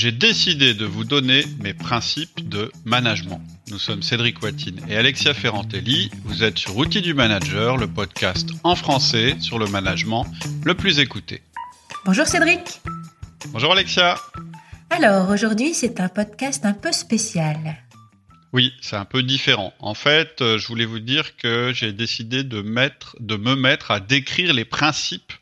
J'ai décidé de vous donner mes principes de management. Nous sommes Cédric Watine et Alexia Ferrantelli. Vous êtes sur Outils du Manager, le podcast en français sur le management le plus écouté. Bonjour Cédric. Bonjour Alexia. Alors, aujourd'hui, c'est un podcast un peu spécial. Oui, c'est un peu différent. En fait, je voulais vous dire que j'ai décidé de me mettre à décrire les principes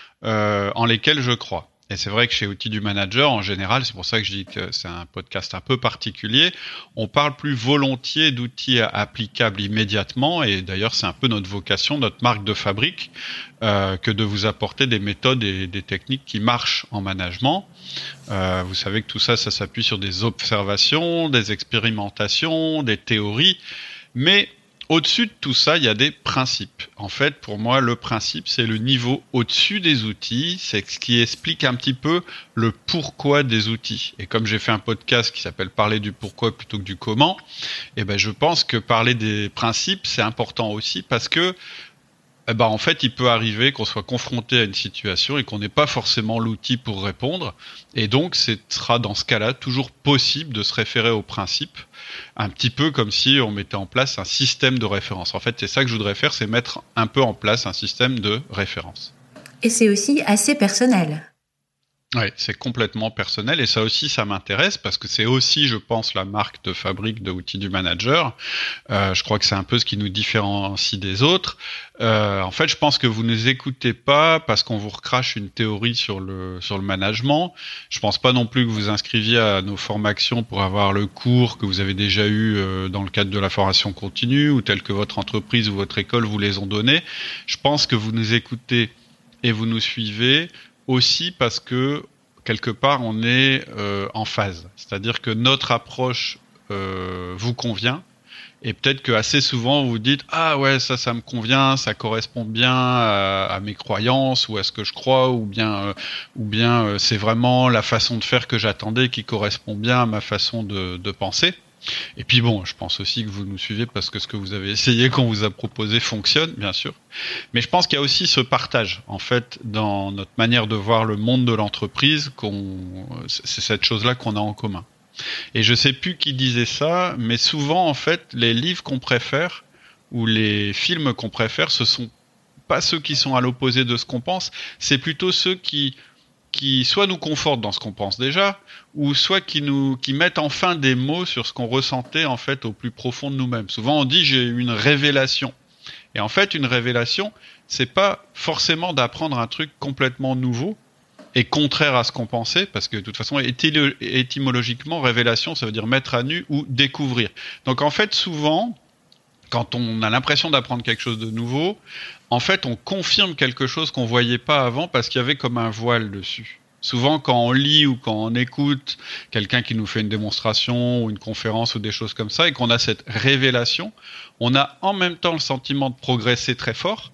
en lesquels je crois. Et c'est vrai que chez Outils du Manager, en général, c'est pour ça que je dis que c'est un podcast un peu particulier, on parle plus volontiers d'outils applicables immédiatement, et d'ailleurs c'est un peu notre vocation, notre marque de fabrique, que de vous apporter des méthodes et des techniques qui marchent en management. Vous savez que tout ça s'appuie sur des observations, des expérimentations, des théories, mais au-dessus de tout ça, il y a des principes. En fait, pour moi, le principe, c'est le niveau au-dessus des outils. C'est ce qui explique un petit peu le pourquoi des outils. Et comme j'ai fait un podcast qui s'appelle « Parler du pourquoi plutôt que du comment », je pense que parler des principes, c'est important aussi parce que en fait, il peut arriver qu'on soit confronté à une situation et qu'on n'ait pas forcément l'outil pour répondre. Et donc, ce sera dans ce cas-là toujours possible de se référer aux principes, un petit peu comme si on mettait en place un système de référence. En fait, c'est ça que je voudrais faire, c'est mettre un peu en place un système de référence. Et c'est aussi assez personnel. Oui, c'est complètement personnel et ça aussi, ça m'intéresse parce que c'est aussi, je pense, la marque de fabrique de Outils du Manager. Je crois que c'est un peu ce qui nous différencie des autres. En fait, je pense que vous ne nous écoutez pas parce qu'on vous recrache une théorie sur le management. Je pense pas non plus que vous inscriviez à nos formations pour avoir le cours que vous avez déjà eu dans le cadre de la formation continue ou tel que votre entreprise ou votre école vous les ont donnés. Je pense que vous nous écoutez et vous nous suivez aussi parce que, quelque part, on est en phase. C'est-à-dire que notre approche vous convient. Et peut-être que assez souvent, vous dites « Ah ouais, ça me convient, ça correspond bien à mes croyances ou à ce que je crois, ou bien c'est vraiment la façon de faire que j'attendais qui correspond bien à ma façon de penser. » Et puis bon, je pense aussi que vous nous suivez parce que ce que vous avez essayé, qu'on vous a proposé, fonctionne, bien sûr. Mais je pense qu'il y a aussi ce partage, en fait, dans notre manière de voir le monde de l'entreprise, c'est cette chose-là qu'on a en commun. Et je sais plus qui disait ça, mais souvent, en fait, les livres qu'on préfère ou les films qu'on préfère, ce sont pas ceux qui sont à l'opposé de ce qu'on pense, c'est plutôt ceux qui soit nous confortent dans ce qu'on pense déjà, ou soit qui mettent enfin des mots sur ce qu'on ressentait en fait au plus profond de nous-mêmes. Souvent on dit j'ai eu une révélation. Et en fait une révélation, c'est pas forcément d'apprendre un truc complètement nouveau et contraire à ce qu'on pensait, parce que de toute façon étymologiquement révélation ça veut dire mettre à nu ou découvrir. Donc en fait souvent quand on a l'impression d'apprendre quelque chose de nouveau, en fait, on confirme quelque chose qu'on ne voyait pas avant parce qu'il y avait comme un voile dessus. Souvent, quand on lit ou quand on écoute quelqu'un qui nous fait une démonstration ou une conférence ou des choses comme ça et qu'on a cette révélation, on a en même temps le sentiment de progresser très fort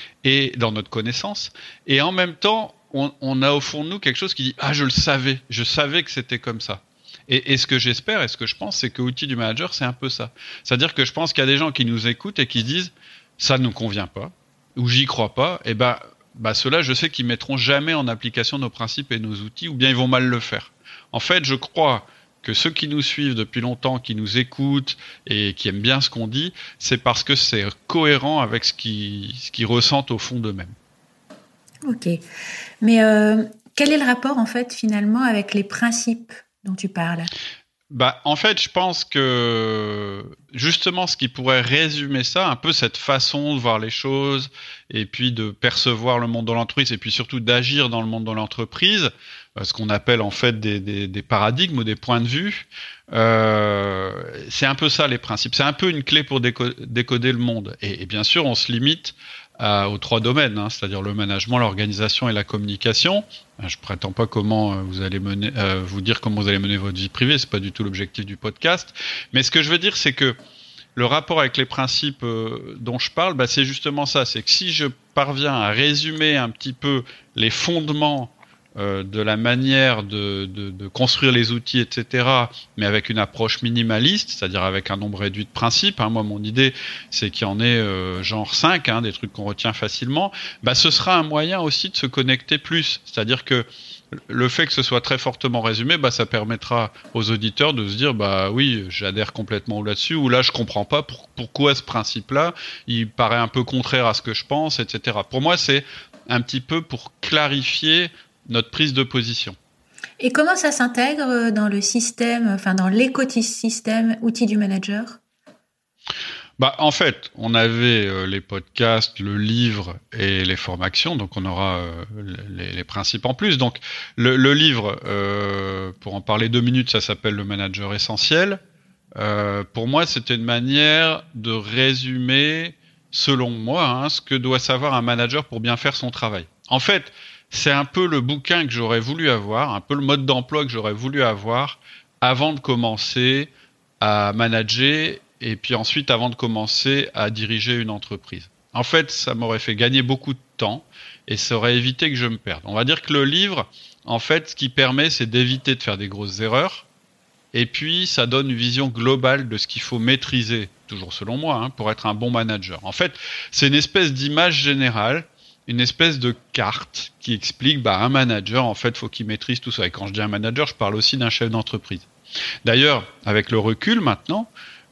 et dans notre connaissance et en même temps, on a au fond de nous quelque chose qui dit « Ah, je savais que c'était comme ça ». Et ce que j'espère et ce que je pense, c'est que Outils du Manager, c'est un peu ça. C'est-à-dire que je pense qu'il y a des gens qui nous écoutent et qui disent « ça ne nous convient pas » ou « j'y crois pas », et ceux-là, je sais qu'ils mettront jamais en application nos principes et nos outils ou bien ils vont mal le faire. En fait, je crois que ceux qui nous suivent depuis longtemps, qui nous écoutent et qui aiment bien ce qu'on dit, c'est parce que c'est cohérent avec ce qu'ils ressentent au fond d'eux-mêmes. Ok. Mais quel est le rapport, en fait, finalement, avec les principes dont tu parles ? En fait, je pense que justement ce qui pourrait résumer ça, un peu cette façon de voir les choses et puis de percevoir le monde de l'entreprise et puis surtout d'agir dans le monde de l'entreprise, ce qu'on appelle en fait des paradigmes ou des points de vue, c'est un peu ça les principes. C'est un peu une clé pour décoder le monde. Et bien sûr, on se limite aux trois domaines, c'est-à-dire le management, l'organisation et la communication. Je ne prétends pas comment vous dire comment vous allez mener votre vie privée, ce n'est pas du tout l'objectif du podcast. Mais ce que je veux dire, c'est que le rapport avec les principes dont je parle, c'est justement ça. C'est que si je parviens à résumer un petit peu les fondements de la manière de construire les outils, etc., mais avec une approche minimaliste, c'est-à-dire avec un nombre réduit de principes. Moi, mon idée, c'est qu'il y en ait genre 5, des trucs qu'on retient facilement. Ce sera un moyen aussi de se connecter plus. C'est-à-dire que le fait que ce soit très fortement résumé, ça permettra aux auditeurs de se dire, oui, j'adhère complètement là-dessus, ou là, je comprends pas pourquoi ce principe-là, il paraît un peu contraire à ce que je pense, etc. Pour moi, c'est un petit peu pour clarifier notre prise de position. Et comment ça s'intègre dans le système, enfin dans l'écosystème outils du manager ? En fait, on avait les podcasts, le livre et les formations, donc on aura les principes en plus. Donc le livre, pour en parler 2 minutes, ça s'appelle Le Manager Essentiel. Pour moi, c'était une manière de résumer, selon moi, ce que doit savoir un manager pour bien faire son travail. En fait, c'est un peu le bouquin que j'aurais voulu avoir, un peu le mode d'emploi que j'aurais voulu avoir avant de commencer à manager et puis ensuite avant de commencer à diriger une entreprise. En fait, ça m'aurait fait gagner beaucoup de temps et ça aurait évité que je me perde. On va dire que le livre, en fait, ce qui permet, c'est d'éviter de faire des grosses erreurs et puis ça donne une vision globale de ce qu'il faut maîtriser, toujours selon moi, pour être un bon manager. En fait, c'est une espèce d'image générale, une espèce de carte qui explique un manager, en fait, faut qu'il maîtrise tout ça. Et quand je dis un manager, je parle aussi d'un chef d'entreprise. D'ailleurs, avec le recul maintenant,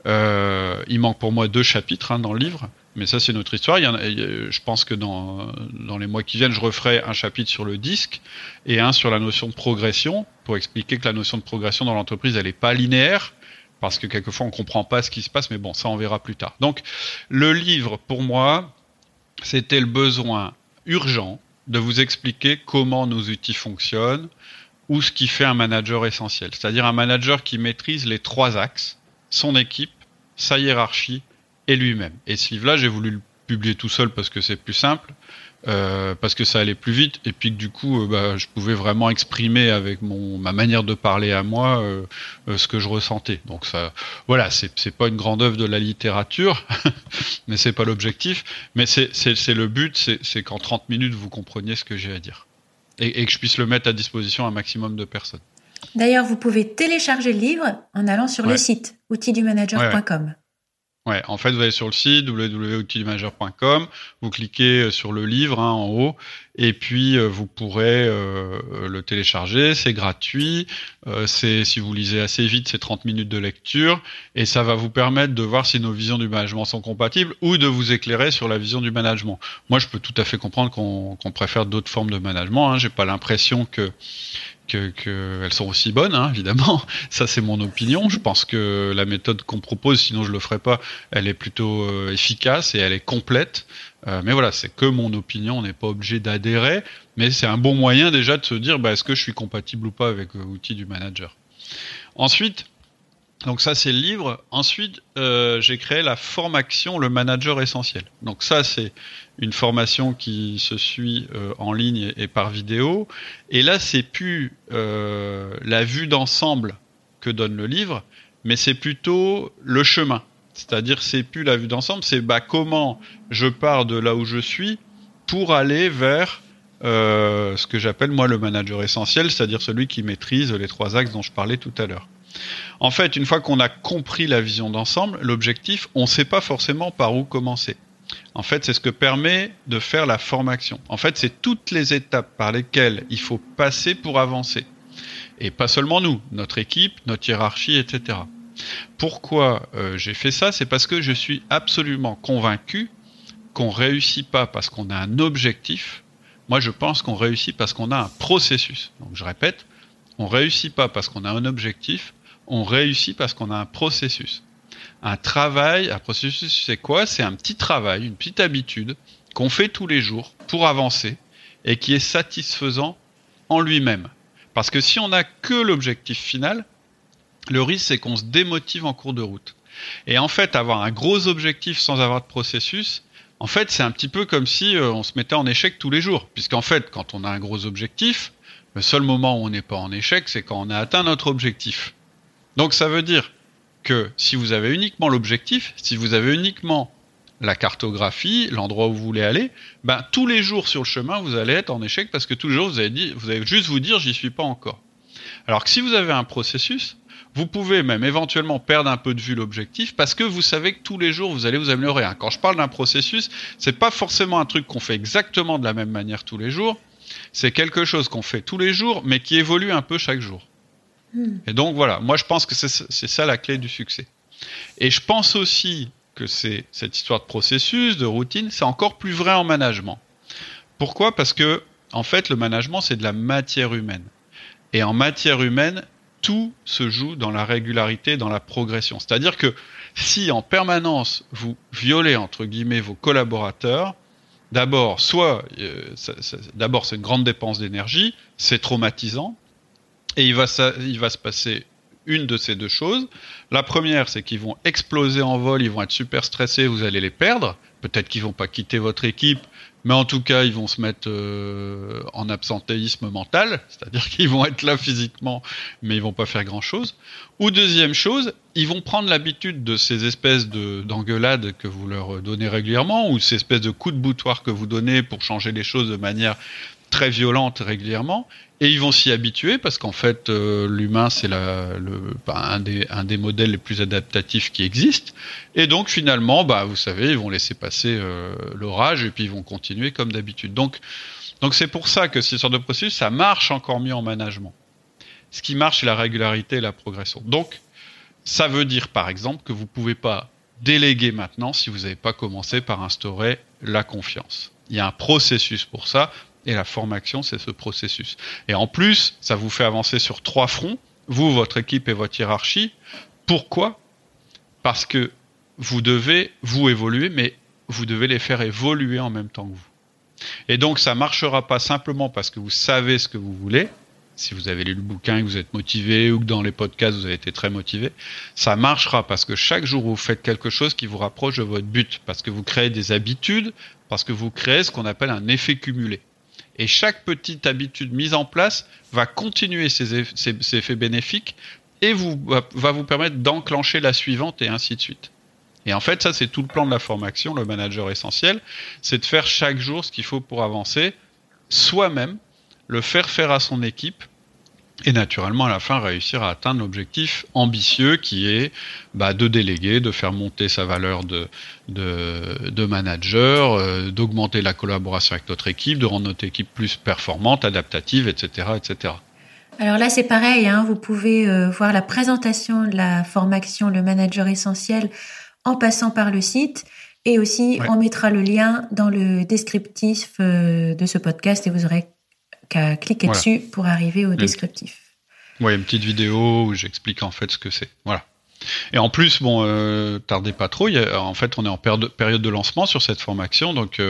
il manque pour moi 2 chapitres dans le livre, mais ça c'est notre histoire. Je pense que dans les mois qui viennent, je referai un chapitre sur le disque et un sur la notion de progression, pour expliquer que la notion de progression dans l'entreprise, elle n'est pas linéaire, parce que quelquefois on ne comprend pas ce qui se passe, mais bon, ça on verra plus tard. Donc le livre, pour moi, c'était le besoin urgent de vous expliquer comment nos outils fonctionnent ou ce qui fait un manager essentiel. C'est-à-dire un manager qui maîtrise les 3 axes, son équipe, sa hiérarchie et lui-même. Et ce livre-là, j'ai voulu le publier tout seul parce que c'est plus simple, parce que ça allait plus vite, et puis que du coup, je pouvais vraiment exprimer avec ma manière de parler à moi ce que je ressentais. Donc ça, voilà, c'est pas une grande œuvre de la littérature, mais c'est pas l'objectif. Mais c'est le but, c'est qu'en 30 minutes, vous compreniez ce que j'ai à dire. Et que je puisse le mettre à disposition à un maximum de personnes. D'ailleurs, vous pouvez télécharger le livre en allant sur le site outildumanager.com. Ouais, en fait, vous allez sur le site www.outildumanager.com, vous cliquez sur le livre en haut, et puis vous pourrez le télécharger, c'est gratuit, si vous lisez assez vite, c'est 30 minutes de lecture, et ça va vous permettre de voir si nos visions du management sont compatibles, ou de vous éclairer sur la vision du management. Moi, je peux tout à fait comprendre qu'on préfère d'autres formes de management, j'ai pas l'impression que elles sont aussi bonnes, évidemment. Ça, c'est mon opinion. Je pense que la méthode qu'on propose, sinon je le ferais pas, elle est plutôt efficace et elle est complète. Mais voilà, c'est que mon opinion. On n'est pas obligé d'adhérer, mais c'est un bon moyen déjà de se dire, est-ce que je suis compatible ou pas avec l'outil du manager. Ensuite, donc ça c'est le livre. Ensuite, j'ai créé la formation Le Manager Essentiel. Donc ça c'est une formation qui se suit en ligne et par vidéo. Et là c'est plus la vue d'ensemble que donne le livre, mais c'est plutôt le chemin. C'est-à-dire c'est plus la vue d'ensemble, c'est comment je pars de là où je suis pour aller vers ce que j'appelle moi le manager essentiel, c'est-à-dire celui qui maîtrise les 3 axes dont je parlais tout à l'heure. En fait, une fois qu'on a compris la vision d'ensemble, l'objectif, on ne sait pas forcément par où commencer. En fait, c'est ce que permet de faire la formation. En fait, c'est toutes les étapes par lesquelles il faut passer pour avancer. Et pas seulement nous, notre équipe, notre hiérarchie, etc. Pourquoi j'ai fait ça ? C'est parce que je suis absolument convaincu qu'on ne réussit pas parce qu'on a un objectif. Moi, je pense qu'on réussit parce qu'on a un processus. Donc, je répète, on ne réussit pas parce qu'on a un objectif, on réussit parce qu'on a un processus. Un processus, c'est quoi ? C'est un petit travail, une petite habitude qu'on fait tous les jours pour avancer et qui est satisfaisant en lui-même. Parce que si on n'a que l'objectif final, le risque, c'est qu'on se démotive en cours de route. Et en fait, avoir un gros objectif sans avoir de processus, en fait, c'est un petit peu comme si on se mettait en échec tous les jours. Puisqu'en fait, quand on a un gros objectif, le seul moment où on n'est pas en échec, c'est quand on a atteint notre objectif. Donc ça veut dire que si vous avez uniquement l'objectif, si vous avez uniquement la cartographie, l'endroit où vous voulez aller, tous les jours sur le chemin, vous allez être en échec parce que tous les jours, vous allez juste vous dire « j'y suis pas encore ». Alors que si vous avez un processus, vous pouvez même éventuellement perdre un peu de vue l'objectif parce que vous savez que tous les jours, vous allez vous améliorer. Quand je parle d'un processus, c'est pas forcément un truc qu'on fait exactement de la même manière tous les jours, c'est quelque chose qu'on fait tous les jours, mais qui évolue un peu chaque jour. Et donc voilà, moi je pense que c'est ça la clé du succès. Et je pense aussi que c'est cette histoire de processus, de routine, c'est encore plus vrai en management. Pourquoi ? Parce que, en fait, le management, c'est de la matière humaine. Et en matière humaine, tout se joue dans la régularité, dans la progression. C'est-à-dire que si en permanence vous violez, entre guillemets, vos collaborateurs, d'abord, d'abord c'est une grande dépense d'énergie, c'est traumatisant, et il va se passer une de ces deux choses. La première, c'est qu'ils vont exploser en vol, ils vont être super stressés, vous allez les perdre. Peut-être qu'ils vont pas quitter votre équipe, mais en tout cas, ils vont se mettre en absentéisme mental, c'est-à-dire qu'ils vont être là physiquement, mais ils vont pas faire grand-chose. Ou deuxième chose, ils vont prendre l'habitude de ces espèces d'engueulades que vous leur donnez régulièrement, ou ces espèces de coups de boutoir que vous donnez pour changer les choses de manière très violente régulièrement, et ils vont s'y habituer parce qu'en fait l'humain c'est un des modèles les plus adaptatifs qui existent, et donc finalement vous savez, ils vont laisser passer l'orage et puis ils vont continuer comme d'habitude. Donc c'est pour ça que ces sortes de processus ça marche encore mieux en management. Ce qui marche c'est la régularité et la progression. Donc ça veut dire par exemple que vous pouvez pas déléguer maintenant si vous n'avez pas commencé par instaurer la confiance. Il y a un processus pour ça. Et la formation, c'est ce processus. Et en plus, ça vous fait avancer sur 3 fronts, vous, votre équipe et votre hiérarchie. Pourquoi ? Parce que vous devez, vous évoluer, mais vous devez les faire évoluer en même temps que vous. Et donc, ça ne marchera pas simplement parce que vous savez ce que vous voulez. Si vous avez lu le bouquin et que vous êtes motivé, ou que dans les podcasts, vous avez été très motivé. Ça marchera parce que chaque jour, vous faites quelque chose qui vous rapproche de votre but. Parce que vous créez des habitudes, parce que vous créez ce qu'on appelle un effet cumulé. Et chaque petite habitude mise en place va continuer ces effets bénéfiques et va vous permettre d'enclencher la suivante et ainsi de suite. Et en fait, ça, c'est tout le plan de la formation, le manager essentiel, c'est de faire chaque jour ce qu'il faut pour avancer, soi-même, le faire à son équipe, et naturellement, à la fin, réussir à atteindre l'objectif ambitieux qui est de déléguer, de faire monter sa valeur de manager, d'augmenter la collaboration avec notre équipe, de rendre notre équipe plus performante, adaptative, etc., etc. Alors là, c'est pareil, vous pouvez voir la présentation de la formation Le Manager Essentiel en passant par le site, et aussi on mettra le lien dans le descriptif de ce podcast et vous aurez qu'à cliquer dessus pour arriver au descriptif. Oui, une petite vidéo où j'explique en fait ce que c'est. Voilà. Et en plus, tardez pas trop. En fait, on est en période de lancement sur cette formation, donc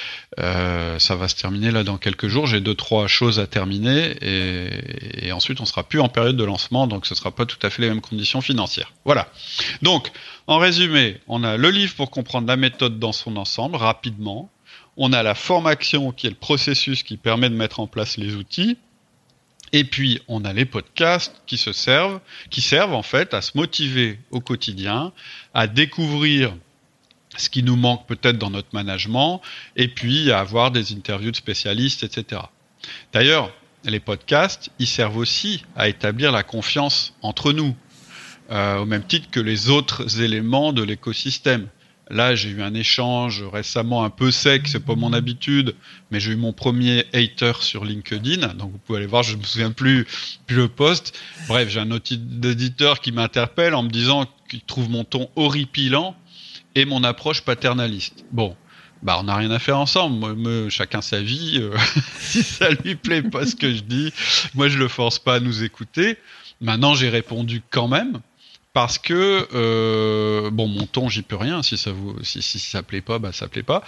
ça va se terminer là dans quelques jours. J'ai 2-3 choses à terminer et ensuite on sera plus en période de lancement, donc ce sera pas tout à fait les mêmes conditions financières. Voilà. Donc, en résumé, on a le livre pour comprendre la méthode dans son ensemble rapidement. On a la formation qui est le processus qui permet de mettre en place les outils. Et puis, on a les podcasts qui servent en fait à se motiver au quotidien, à découvrir ce qui nous manque peut-être dans notre management, et puis à avoir des interviews de spécialistes, etc. D'ailleurs, les podcasts, ils servent aussi à établir la confiance entre nous, au même titre que les autres éléments de l'écosystème. Là, j'ai eu un échange récemment un peu sec, c'est pas mon habitude, mais j'ai eu mon premier hater sur LinkedIn, donc vous pouvez aller voir, je me souviens plus le post. Bref, j'ai un auditeur qui m'interpelle en me disant qu'il trouve mon ton horripilant et mon approche paternaliste. Bon, on n'a rien à faire ensemble, chacun sa vie, si ça lui plaît pas ce que je dis, moi je le force pas à nous écouter. Maintenant, j'ai répondu quand même. Parce que mon ton, j'y peux rien. Si ça plaît pas, ça plaît pas.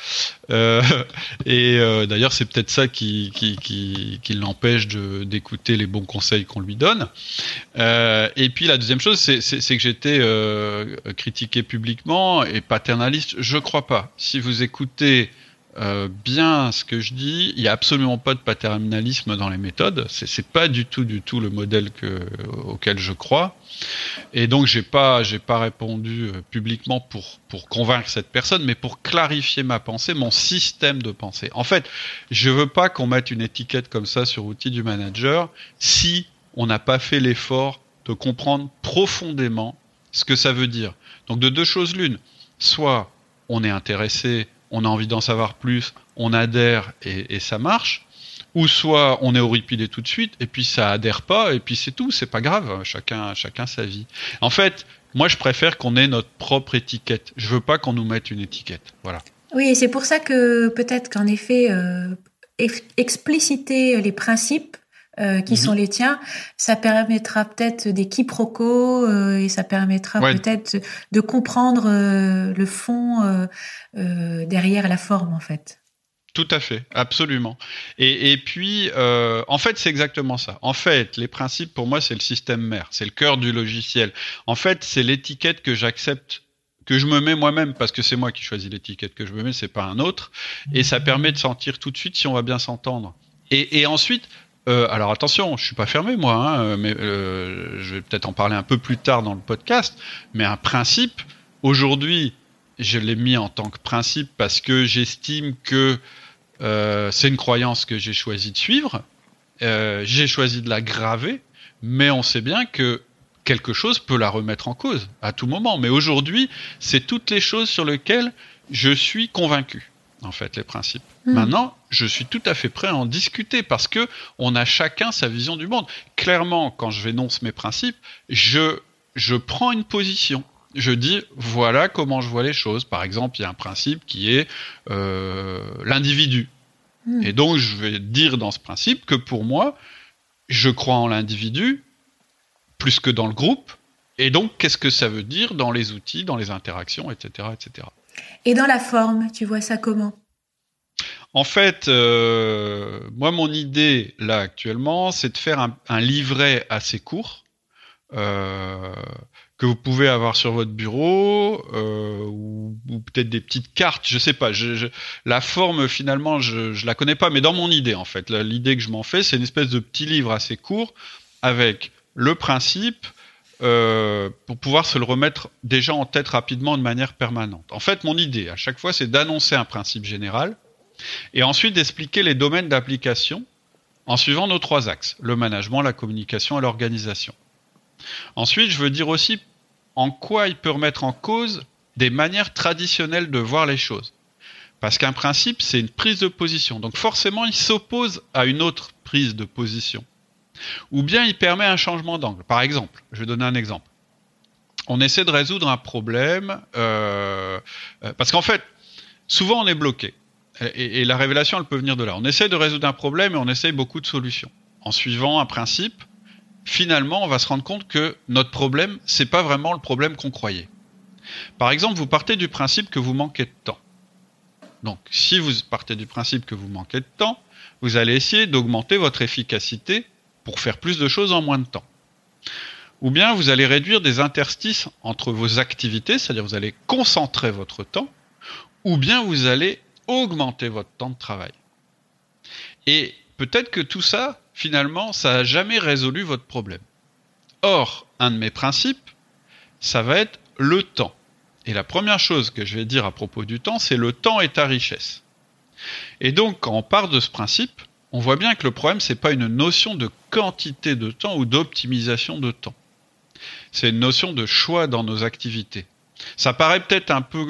D'ailleurs, c'est peut-être ça qui l'empêche d'écouter les bons conseils qu'on lui donne. Et puis la deuxième chose, c'est que j'étais critiqué publiquement et paternaliste. Je crois pas. Si vous écoutez bien ce que je dis, il y a absolument pas de paternalisme dans les méthodes. C'est pas du tout le modèle auquel je crois. Et donc j'ai pas répondu publiquement pour convaincre cette personne, mais pour clarifier ma pensée, mon système de pensée. En fait, je veux pas qu'on mette une étiquette comme ça sur Outils du Manager si on n'a pas fait l'effort de comprendre profondément ce que ça veut dire. Donc de deux choses l'une, soit on est intéressé, on a envie d'en savoir plus, on adhère et ça marche, ou soit on est horripilé tout de suite, et puis ça adhère pas, et puis c'est tout, c'est pas grave, chacun sa vie. En fait, moi je préfère qu'on ait notre propre étiquette. Je veux pas qu'on nous mette une étiquette. Voilà. Oui, et c'est pour ça que peut-être qu'en effet, expliciter les principes qui sont les tiens, ça permettra peut-être des quiproquos et ça permettra peut-être de comprendre le fond derrière la forme, en fait. Tout à fait, absolument. Et puis, en fait, c'est exactement ça. En fait, les principes, pour moi, c'est le système mère, c'est le cœur du logiciel. En fait, c'est l'étiquette que j'accepte, que je me mets moi-même, parce que c'est moi qui choisis l'étiquette que je me mets, c'est pas un autre. Et ça permet de sentir tout de suite si on va bien s'entendre. Et ensuite, alors attention, je suis pas fermé moi, mais je vais peut-être en parler un peu plus tard dans le podcast. Mais un principe, aujourd'hui, je l'ai mis en tant que principe parce que j'estime que c'est une croyance que j'ai choisi de suivre. J'ai choisi de la graver, mais on sait bien que quelque chose peut la remettre en cause à tout moment. Mais aujourd'hui, c'est toutes les choses sur lesquelles je suis convaincu, en fait, les principes. Maintenant, je suis tout à fait prêt à en discuter parce que on a chacun sa vision du monde. Clairement, quand je énonce mes principes, je prends une position. Je dis, voilà comment je vois les choses. Par exemple, il y a un principe qui est l'individu. Et donc, je vais dire dans ce principe que pour moi, je crois en l'individu plus que dans le groupe. Et donc, qu'est-ce que ça veut dire dans les outils, dans les interactions, etc., etc. Et dans la forme, tu vois ça comment ? En fait, moi, mon idée, là, actuellement, c'est de faire un livret assez court, que vous pouvez avoir sur votre bureau, ou peut-être des petites cartes, je sais pas. La forme, finalement, je la connais pas, mais dans mon idée, en fait, l'idée que je m'en fais, c'est une espèce de petit livre assez court avec le principe, pour pouvoir se le remettre déjà en tête rapidement de manière permanente. En fait, mon idée, à chaque fois, c'est d'annoncer un principe général et ensuite d'expliquer les domaines d'application en suivant nos 3 axes, le management, la communication et l'organisation. Ensuite, je veux dire aussi en quoi il peut remettre en cause des manières traditionnelles de voir les choses. Parce qu'un principe, c'est une prise de position. Donc forcément, il s'oppose à une autre prise de position. Ou bien il permet un changement d'angle. Par exemple, je vais donner un exemple. On essaie de résoudre un problème, parce qu'en fait, souvent on est bloqué. Et la révélation, elle peut venir de là. On essaie de résoudre un problème et on essaye beaucoup de solutions. En suivant un principe, finalement, on va se rendre compte que notre problème, c'est pas vraiment le problème qu'on croyait. Par exemple, vous partez du principe que vous manquez de temps. Donc, si vous partez du principe que vous manquez de temps, vous allez essayer d'augmenter votre efficacité pour faire plus de choses en moins de temps. Ou bien vous allez réduire des interstices entre vos activités, c'est-à-dire vous allez concentrer votre temps, ou bien vous allez augmenter votre temps de travail. Et peut-être que tout ça, finalement, ça n'a jamais résolu votre problème. Or, un de mes principes, ça va être le temps. Et la première chose que je vais dire à propos du temps, c'est le temps est ta richesse. Et donc, quand on part de ce principe, on voit bien que le problème, c'est pas une notion de quantité de temps ou d'optimisation de temps. C'est une notion de choix dans nos activités. Ça paraît peut-être un peu,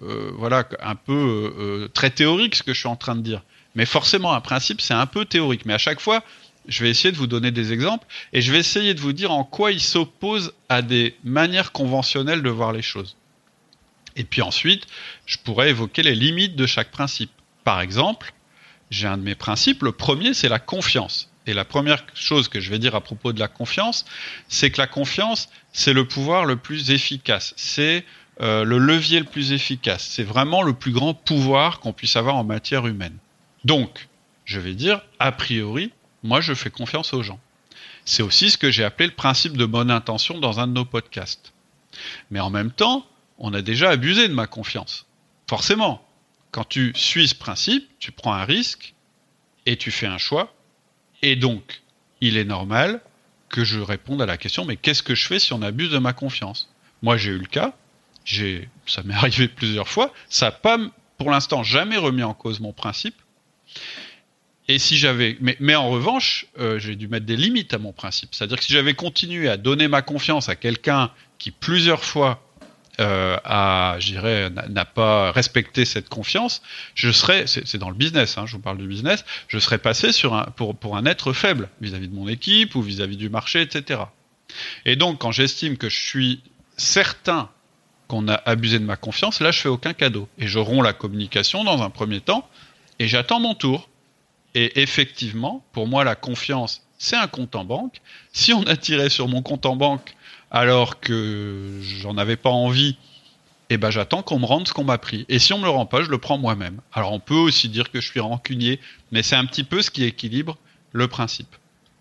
très théorique ce que je suis en train de dire. Mais forcément, un principe, c'est un peu théorique. Mais à chaque fois, je vais essayer de vous donner des exemples et je vais essayer de vous dire en quoi il s'oppose à des manières conventionnelles de voir les choses. Et puis ensuite, je pourrais évoquer les limites de chaque principe. Par exemple, j'ai un de mes principes, le premier, c'est la confiance. Et la première chose que je vais dire à propos de la confiance, c'est que la confiance, c'est le pouvoir le plus efficace. C'est le levier le plus efficace. C'est vraiment le plus grand pouvoir qu'on puisse avoir en matière humaine. Donc, je vais dire, a priori, moi, je fais confiance aux gens. C'est aussi ce que j'ai appelé le principe de bonne intention dans un de nos podcasts. Mais en même temps, on a déjà abusé de ma confiance. Forcément, quand tu suis ce principe, tu prends un risque et tu fais un choix. Et donc, il est normal que je réponde à la question, mais qu'est-ce que je fais si on abuse de ma confiance ? Moi, j'ai eu le cas, ça m'est arrivé plusieurs fois, ça n'a pas, pour l'instant, jamais remis en cause mon principe. Et si mais en revanche, j'ai dû mettre des limites à mon principe. C'est-à-dire que si j'avais continué à donner ma confiance à quelqu'un qui, plusieurs fois, n'a pas respecté cette confiance, c'est dans le business, je vous parle du business, je serais passé pour un être faible vis-à-vis de mon équipe ou vis-à-vis du marché, etc. Et donc, quand j'estime que je suis certain qu'on a abusé de ma confiance, là, je fais aucun cadeau. Et je romps la communication dans un premier temps, et j'attends mon tour. Et effectivement, pour moi, la confiance, c'est un compte en banque. Si on a tiré sur mon compte en banque alors que j'en avais pas envie, j'attends qu'on me rende ce qu'on m'a pris. Et si on me le rend pas, je le prends moi-même. Alors on peut aussi dire que je suis rancunier, mais c'est un petit peu ce qui équilibre le principe.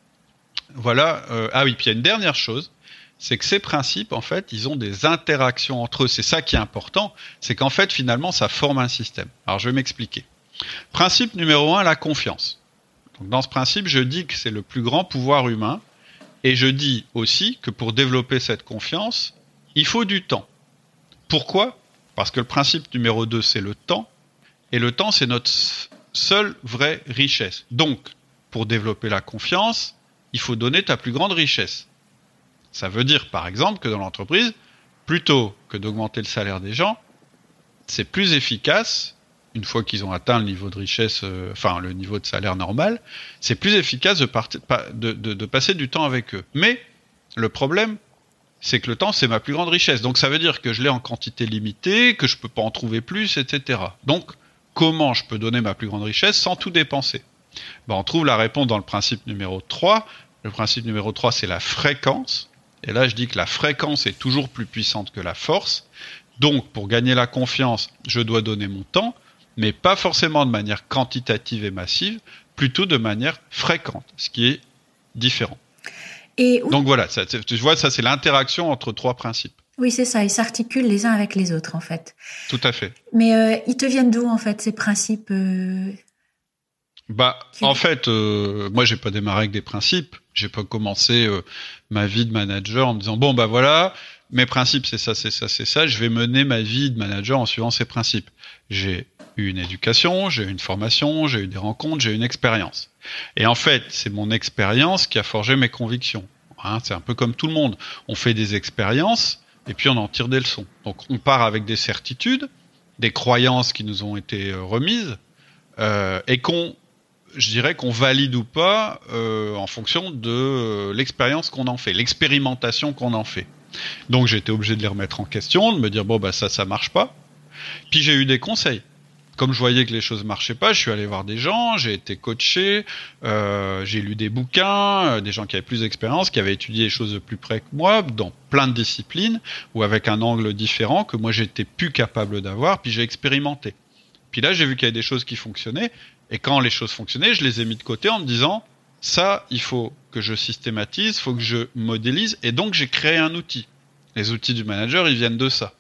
Voilà. Puis il y a une dernière chose, c'est que ces principes, en fait, ils ont des interactions entre eux. C'est ça qui est important, c'est qu'en fait, finalement, ça forme un système. Alors je vais m'expliquer. Principe numéro 1, la confiance. Donc, dans ce principe, je dis que c'est le plus grand pouvoir humain. Et je dis aussi que pour développer cette confiance, il faut du temps. Pourquoi ? Parce que le principe numéro 2, c'est le temps. Et le temps, c'est notre seule vraie richesse. Donc, pour développer la confiance, il faut donner ta plus grande richesse. Ça veut dire, par exemple, que dans l'entreprise, plutôt que d'augmenter le salaire des gens, c'est plus efficace, une fois qu'ils ont atteint le niveau de richesse, le niveau de salaire normal, c'est plus efficace de passer du temps avec eux. Mais le problème, c'est que le temps, c'est ma plus grande richesse. Donc ça veut dire que je l'ai en quantité limitée, que je ne peux pas en trouver plus, etc. Donc, comment je peux donner ma plus grande richesse sans tout dépenser ? On trouve la réponse dans le principe numéro 3. Le principe numéro 3, c'est la fréquence. Et là, je dis que la fréquence est toujours plus puissante que la force. Donc, pour gagner la confiance, je dois donner mon temps, mais pas forcément de manière quantitative et massive, plutôt de manière fréquente, ce qui est différent. Donc voilà, tu vois, ça c'est l'interaction entre trois principes. Oui, c'est ça, ils s'articulent les uns avec les autres, en fait. Tout à fait. Mais ils te viennent d'où, en fait, ces principes En fait, moi j'ai pas démarré avec des principes, j'ai pas commencé ma vie de manager en me disant, voilà, mes principes c'est ça, je vais mener ma vie de manager en suivant ces principes. J'ai eu une éducation, j'ai eu une formation, j'ai eu des rencontres, j'ai eu une expérience. Et en fait, c'est mon expérience qui a forgé mes convictions. C'est un peu comme tout le monde. On fait des expériences et puis on en tire des leçons. Donc on part avec des certitudes, des croyances qui nous ont été remises et qu'on valide ou pas en fonction de l'expérience qu'on en fait, l'expérimentation qu'on en fait. Donc j'ai été obligé de les remettre en question, de me dire ça marche pas. Puis j'ai eu des conseils. Comme je voyais que les choses marchaient pas, je suis allé voir des gens, j'ai été coaché, j'ai lu des bouquins, des gens qui avaient plus d'expérience, qui avaient étudié les choses de plus près que moi, dans plein de disciplines, ou avec un angle différent que moi j'étais plus capable d'avoir, puis j'ai expérimenté. Puis là, j'ai vu qu'il y avait des choses qui fonctionnaient, et quand les choses fonctionnaient, je les ai mis de côté en me disant, ça, il faut que je systématise, il faut que je modélise, et donc j'ai créé un outil. Les outils du manager, ils viennent de ça.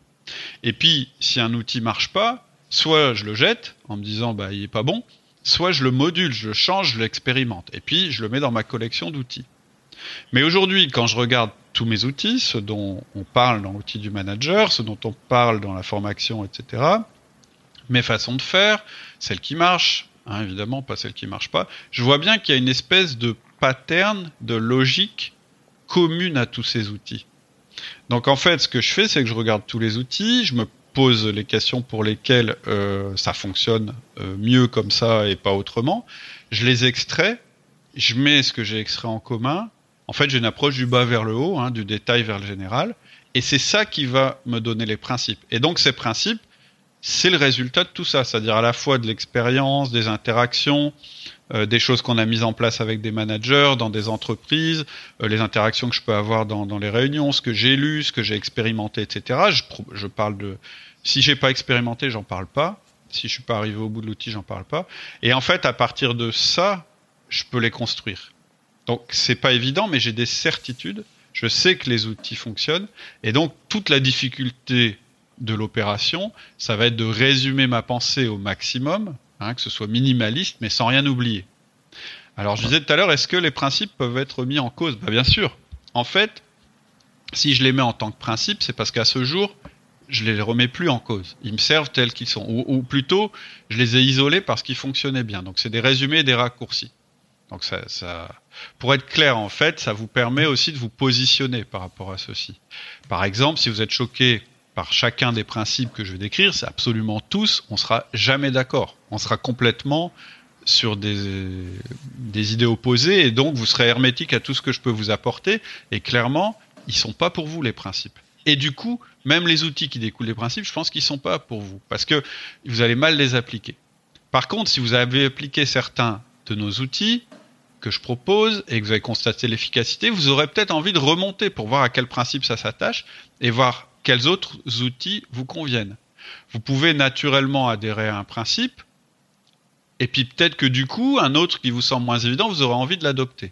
Et puis, si un outil marche pas, soit je le jette en me disant il est pas bon, soit je le module, je le change, je l'expérimente. Et puis, je le mets dans ma collection d'outils. Mais aujourd'hui, quand je regarde tous mes outils, ceux dont on parle dans l'outil du manager, ceux dont on parle dans la formation, etc., mes façons de faire, celles qui marchent, évidemment, pas celles qui marchent pas, je vois bien qu'il y a une espèce de pattern, de logique commune à tous ces outils. Donc en fait, ce que je fais, c'est que je regarde tous les outils, je me pose les questions pour lesquelles ça fonctionne mieux comme ça et pas autrement, je les extrais, je mets ce que j'ai extrait en commun. En fait, j'ai une approche du bas vers le haut, du détail vers le général, et c'est ça qui va me donner les principes. Et donc ces principes, c'est le résultat de tout ça, c'est-à-dire à la fois de l'expérience, des interactions, des choses qu'on a mises en place avec des managers, dans des entreprises, les interactions que je peux avoir dans les réunions, ce que j'ai lu, ce que j'ai expérimenté, etc. Je parle de... Si j'ai pas expérimenté, j'en parle pas. Si je suis pas arrivé au bout de l'outil, j'en parle pas. Et en fait, à partir de ça, je peux les construire. Donc, c'est pas évident, mais j'ai des certitudes. Je sais que les outils fonctionnent. Et donc, toute la difficulté de l'opération, ça va être de résumer ma pensée au maximum, que ce soit minimaliste, mais sans rien oublier. Alors, je disais tout à l'heure, est-ce que les principes peuvent être mis en cause ? Bien sûr. En fait, si je les mets en tant que principes, c'est parce qu'à ce jour, je les remets plus en cause. Ils me servent tels qu'ils sont. Ou plutôt, je les ai isolés parce qu'ils fonctionnaient bien. Donc, c'est des résumés et des raccourcis. Donc, ça, pour être clair, en fait, ça vous permet aussi de vous positionner par rapport à ceci. Par exemple, si vous êtes choqué par chacun des principes que je vais décrire, c'est absolument tous, on sera jamais d'accord. On sera complètement sur des idées opposées, et donc vous serez hermétique à tout ce que je peux vous apporter, et clairement, ils sont pas pour vous, les principes. Et du coup, même les outils qui découlent des principes, je pense qu'ils sont pas pour vous, parce que vous allez mal les appliquer. Par contre, si vous avez appliqué certains de nos outils que je propose, et que vous avez constaté l'efficacité, vous aurez peut-être envie de remonter pour voir à quel principe ça s'attache, et voir quels autres outils vous conviennent. Vous pouvez naturellement adhérer à un principe, et puis peut-être que du coup, un autre qui vous semble moins évident, vous aurez envie de l'adopter.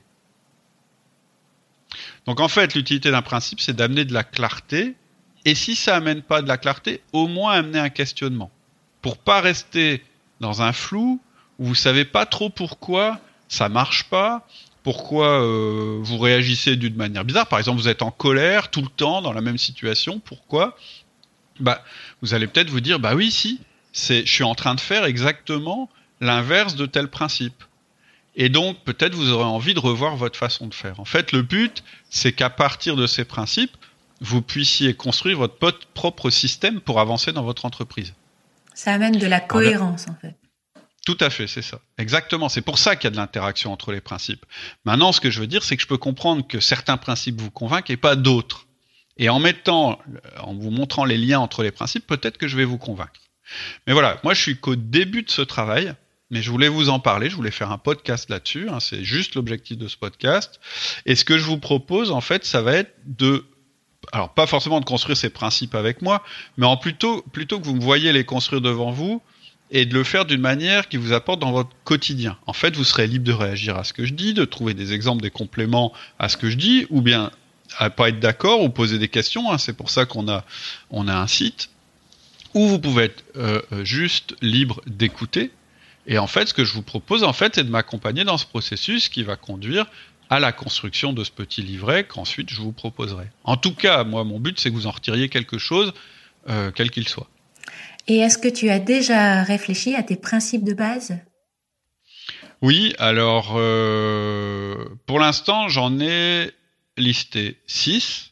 Donc en fait, l'utilité d'un principe, c'est d'amener de la clarté, et si ça amène pas de la clarté, au moins amener un questionnement. Pour pas rester dans un flou, où vous savez pas trop pourquoi ça marche pas, pourquoi vous réagissez d'une manière bizarre. Par exemple, vous êtes en colère tout le temps, dans la même situation, pourquoi ? Vous allez peut-être vous dire, oui, si, je suis en train de faire exactement l'inverse de tel principe. Et donc, peut-être vous aurez envie de revoir votre façon de faire. En fait, le but, c'est qu'à partir de ces principes, vous puissiez construire votre propre système pour avancer dans votre entreprise. Ça amène de la cohérence, en fait. Tout à fait, c'est ça. Exactement. C'est pour ça qu'il y a de l'interaction entre les principes. Maintenant, ce que je veux dire, c'est que je peux comprendre que certains principes vous convainquent et pas d'autres. Et en vous montrant les liens entre les principes, peut-être que je vais vous convaincre. Mais voilà, moi, je suis qu'au début de ce travail. Mais je voulais vous en parler, je voulais faire un podcast là-dessus, c'est juste l'objectif de ce podcast. Et ce que je vous propose, en fait, ça va être alors pas forcément de construire ces principes avec moi, mais plutôt que vous me voyez les construire devant vous, et de le faire d'une manière qui vous apporte dans votre quotidien. En fait, vous serez libre de réagir à ce que je dis, de trouver des exemples, des compléments à ce que je dis, ou bien à pas être d'accord, ou poser des questions, c'est pour ça qu'on a un site, où vous pouvez être juste libre d'écouter. Et en fait, ce que je vous propose, c'est de m'accompagner dans ce processus qui va conduire à la construction de ce petit livret qu'ensuite je vous proposerai. En tout cas, moi, mon but, c'est que vous en retiriez quelque chose, quel qu'il soit. Et est-ce que tu as déjà réfléchi à tes principes de base ? Oui, alors, pour l'instant, j'en ai listé 6.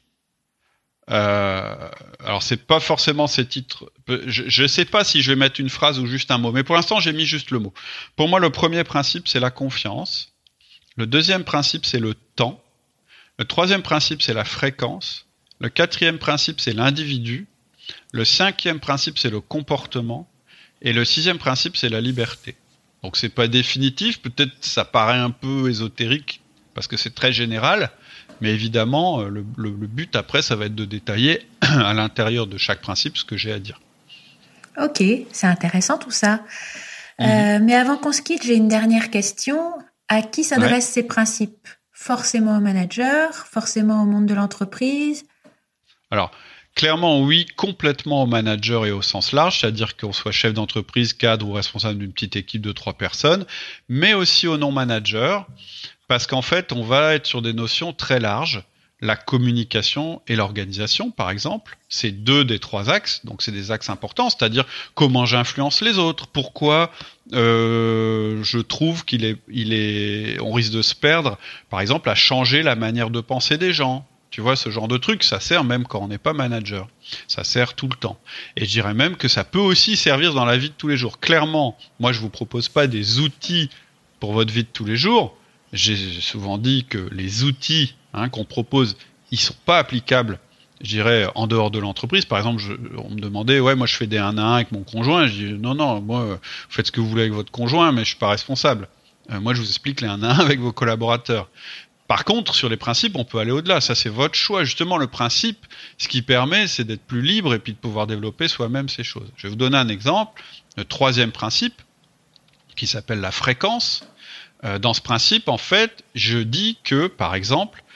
Alors c'est pas forcément ces titres. Je sais pas si je vais mettre une phrase ou juste un mot, mais pour l'instant j'ai mis juste le mot. Pour moi, le premier principe c'est la confiance. Le deuxième principe c'est le temps. Le troisième principe c'est la fréquence. Le quatrième principe c'est l'individu. Le cinquième principe c'est le comportement. Et le sixième principe c'est la liberté. Donc c'est pas définitif. Peut-être ça paraît un peu ésotérique parce que c'est très général. Mais évidemment, le but après, ça va être de détailler à l'intérieur de chaque principe ce que j'ai à dire. Ok, c'est intéressant tout ça. Mais avant qu'on se quitte, j'ai une dernière question. À qui s'adressent ces principes ? Forcément au manager, forcément au monde de l'entreprise ? Alors, clairement, oui, complètement au manager et au sens large, c'est-à-dire qu'on soit chef d'entreprise, cadre ou responsable d'une petite équipe de 3 personnes, mais aussi au non-manager. Parce qu'en fait, on va être sur des notions très larges. La communication et l'organisation, par exemple, c'est 2 des 3 axes. Donc, c'est des axes importants, c'est-à-dire comment j'influence les autres. Pourquoi je trouve on risque de se perdre, par exemple, à changer la manière de penser des gens. Tu vois, ce genre de truc, ça sert même quand on n'est pas manager. Ça sert tout le temps. Et je dirais même que ça peut aussi servir dans la vie de tous les jours. Clairement, moi, je vous propose pas des outils pour votre vie de tous les jours. J'ai souvent dit que les outils qu'on propose, ils sont pas applicables, je dirais, en dehors de l'entreprise. Par exemple, on me demandait, moi je fais des 1 à 1 avec mon conjoint. Je dis, non, moi, vous faites ce que vous voulez avec votre conjoint, mais je suis pas responsable. Moi, je vous explique les 1 à 1 avec vos collaborateurs. Par contre, sur les principes, on peut aller au-delà. Ça, c'est votre choix. Justement, le principe, ce qui permet, c'est d'être plus libre et puis de pouvoir développer soi-même ces choses. Je vais vous donner un exemple. Le 3e principe, qui s'appelle la fréquence. Dans ce principe, en fait, je dis que, par exemple,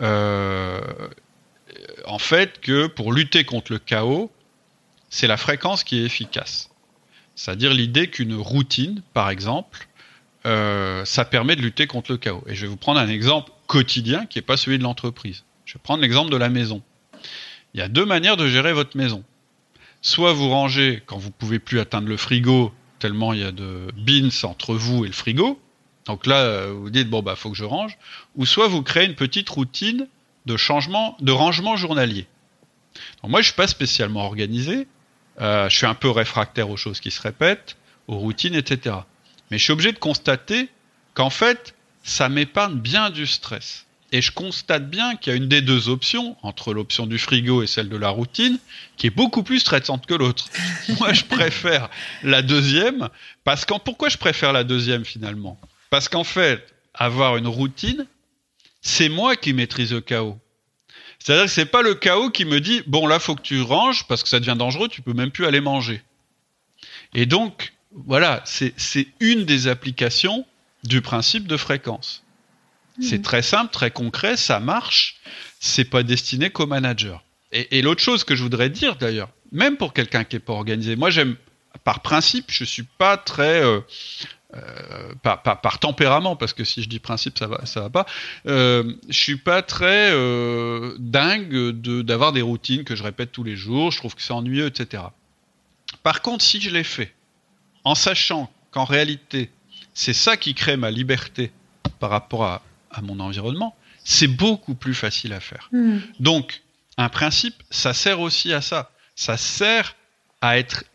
que pour lutter contre le chaos, c'est la fréquence qui est efficace. C'est-à-dire l'idée qu'une routine, par exemple, ça permet de lutter contre le chaos. Et je vais vous prendre un exemple quotidien qui n'est pas celui de l'entreprise. Je vais prendre l'exemple de la maison. Il y a 2 manières de gérer votre maison. Soit vous rangez quand vous ne pouvez plus atteindre le frigo, tellement il y a de bins entre vous et le frigo. Donc là, vous dites, faut que je range. Ou soit vous créez une petite routine de rangement journalier. Donc moi, je suis pas spécialement organisé. Je suis un peu réfractaire aux choses qui se répètent, aux routines, etc. Mais je suis obligé de constater qu'en fait, ça m'épargne bien du stress. Et je constate bien qu'il y a une des deux options, entre l'option du frigo et celle de la routine, qui est beaucoup plus stressante que l'autre. Moi, je préfère la deuxième, pourquoi je préfère la deuxième finalement ? Parce qu'en fait, avoir une routine, c'est moi qui maîtrise le chaos. C'est-à-dire que c'est pas le chaos qui me dit « Bon, là, faut que tu ranges parce que ça devient dangereux, tu peux même plus aller manger. » Et donc, voilà, c'est une des applications du principe de fréquence. C'est très simple, très concret, ça marche. C'est pas destiné qu'aux managers. Et l'autre chose que je voudrais dire d'ailleurs, même pour quelqu'un qui est pas organisé, moi j'aime, par principe, je suis pas très... par tempérament, parce que si je dis principe, ça va pas. Je suis pas très dingue d'avoir des routines que je répète tous les jours. Je trouve que c'est ennuyeux, etc. Par contre, si je les fais, en sachant qu'en réalité, c'est ça qui crée ma liberté par rapport à mon environnement, c'est beaucoup plus facile à faire. Donc, un principe, ça sert aussi à ça. Ça sert à être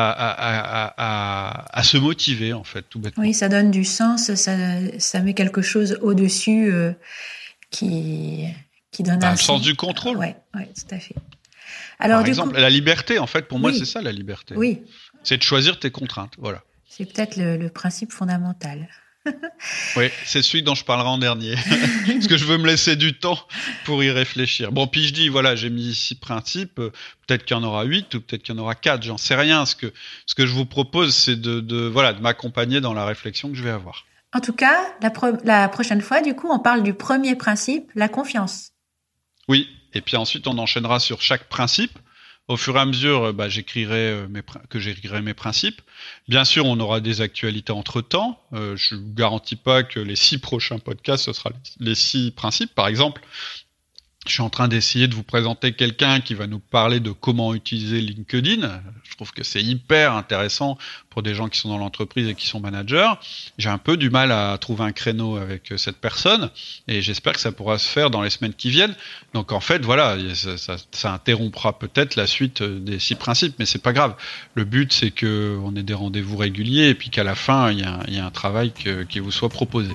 à se motiver, en fait, tout bêtement. Oui, ça donne du sens, ça met quelque chose au-dessus qui donne le sens du contrôle. Oui, tout à fait. Alors, par exemple, la liberté, en fait, pour moi, c'est ça, la liberté. Oui. C'est de choisir tes contraintes, voilà. C'est peut-être le principe fondamental. Oui, c'est celui dont je parlerai en dernier. Parce que je veux me laisser du temps pour y réfléchir. Bon, puis je dis, voilà, j'ai mis 6 principes. Peut-être qu'il y en aura 8 ou peut-être qu'il y en aura 4. J'en sais rien. Ce que je vous propose, c'est de m'accompagner dans la réflexion que je vais avoir. En tout cas, la prochaine fois, du coup, on parle du premier principe, la confiance. Oui. Et puis ensuite, on enchaînera sur chaque principe. Au fur et à mesure, j'écrirai mes principes. Bien sûr, on aura des actualités entre-temps. Je ne garantis pas que les 6 prochains podcasts, ce sera les 6 principes. Par exemple, je suis en train d'essayer de vous présenter quelqu'un qui va nous parler de comment utiliser LinkedIn. Je trouve que c'est hyper intéressant pour des gens qui sont dans l'entreprise et qui sont managers. J'ai un peu du mal à trouver un créneau avec cette personne et j'espère que ça pourra se faire dans les semaines qui viennent. Donc en fait, voilà, ça interrompra peut-être la suite des 6 principes, mais c'est pas grave. Le but, c'est qu'on ait des rendez-vous réguliers et puis qu'à la fin, il y a un travail qui vous soit proposé.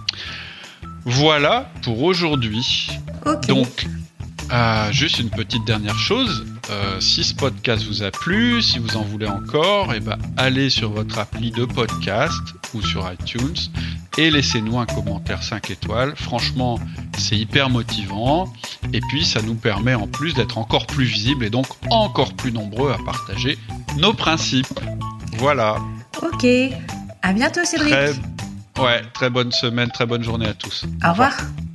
Voilà pour aujourd'hui. Okay. Donc, juste une petite dernière chose. Si ce podcast vous a plu, si vous en voulez encore, allez sur votre appli de podcast ou sur iTunes et laissez-nous un commentaire 5 étoiles. Franchement, c'est hyper motivant. Et puis, ça nous permet en plus d'être encore plus visibles et donc encore plus nombreux à partager nos principes. Voilà. Ok. À bientôt, Cédric. Très bonne semaine, très bonne journée à tous. Au revoir.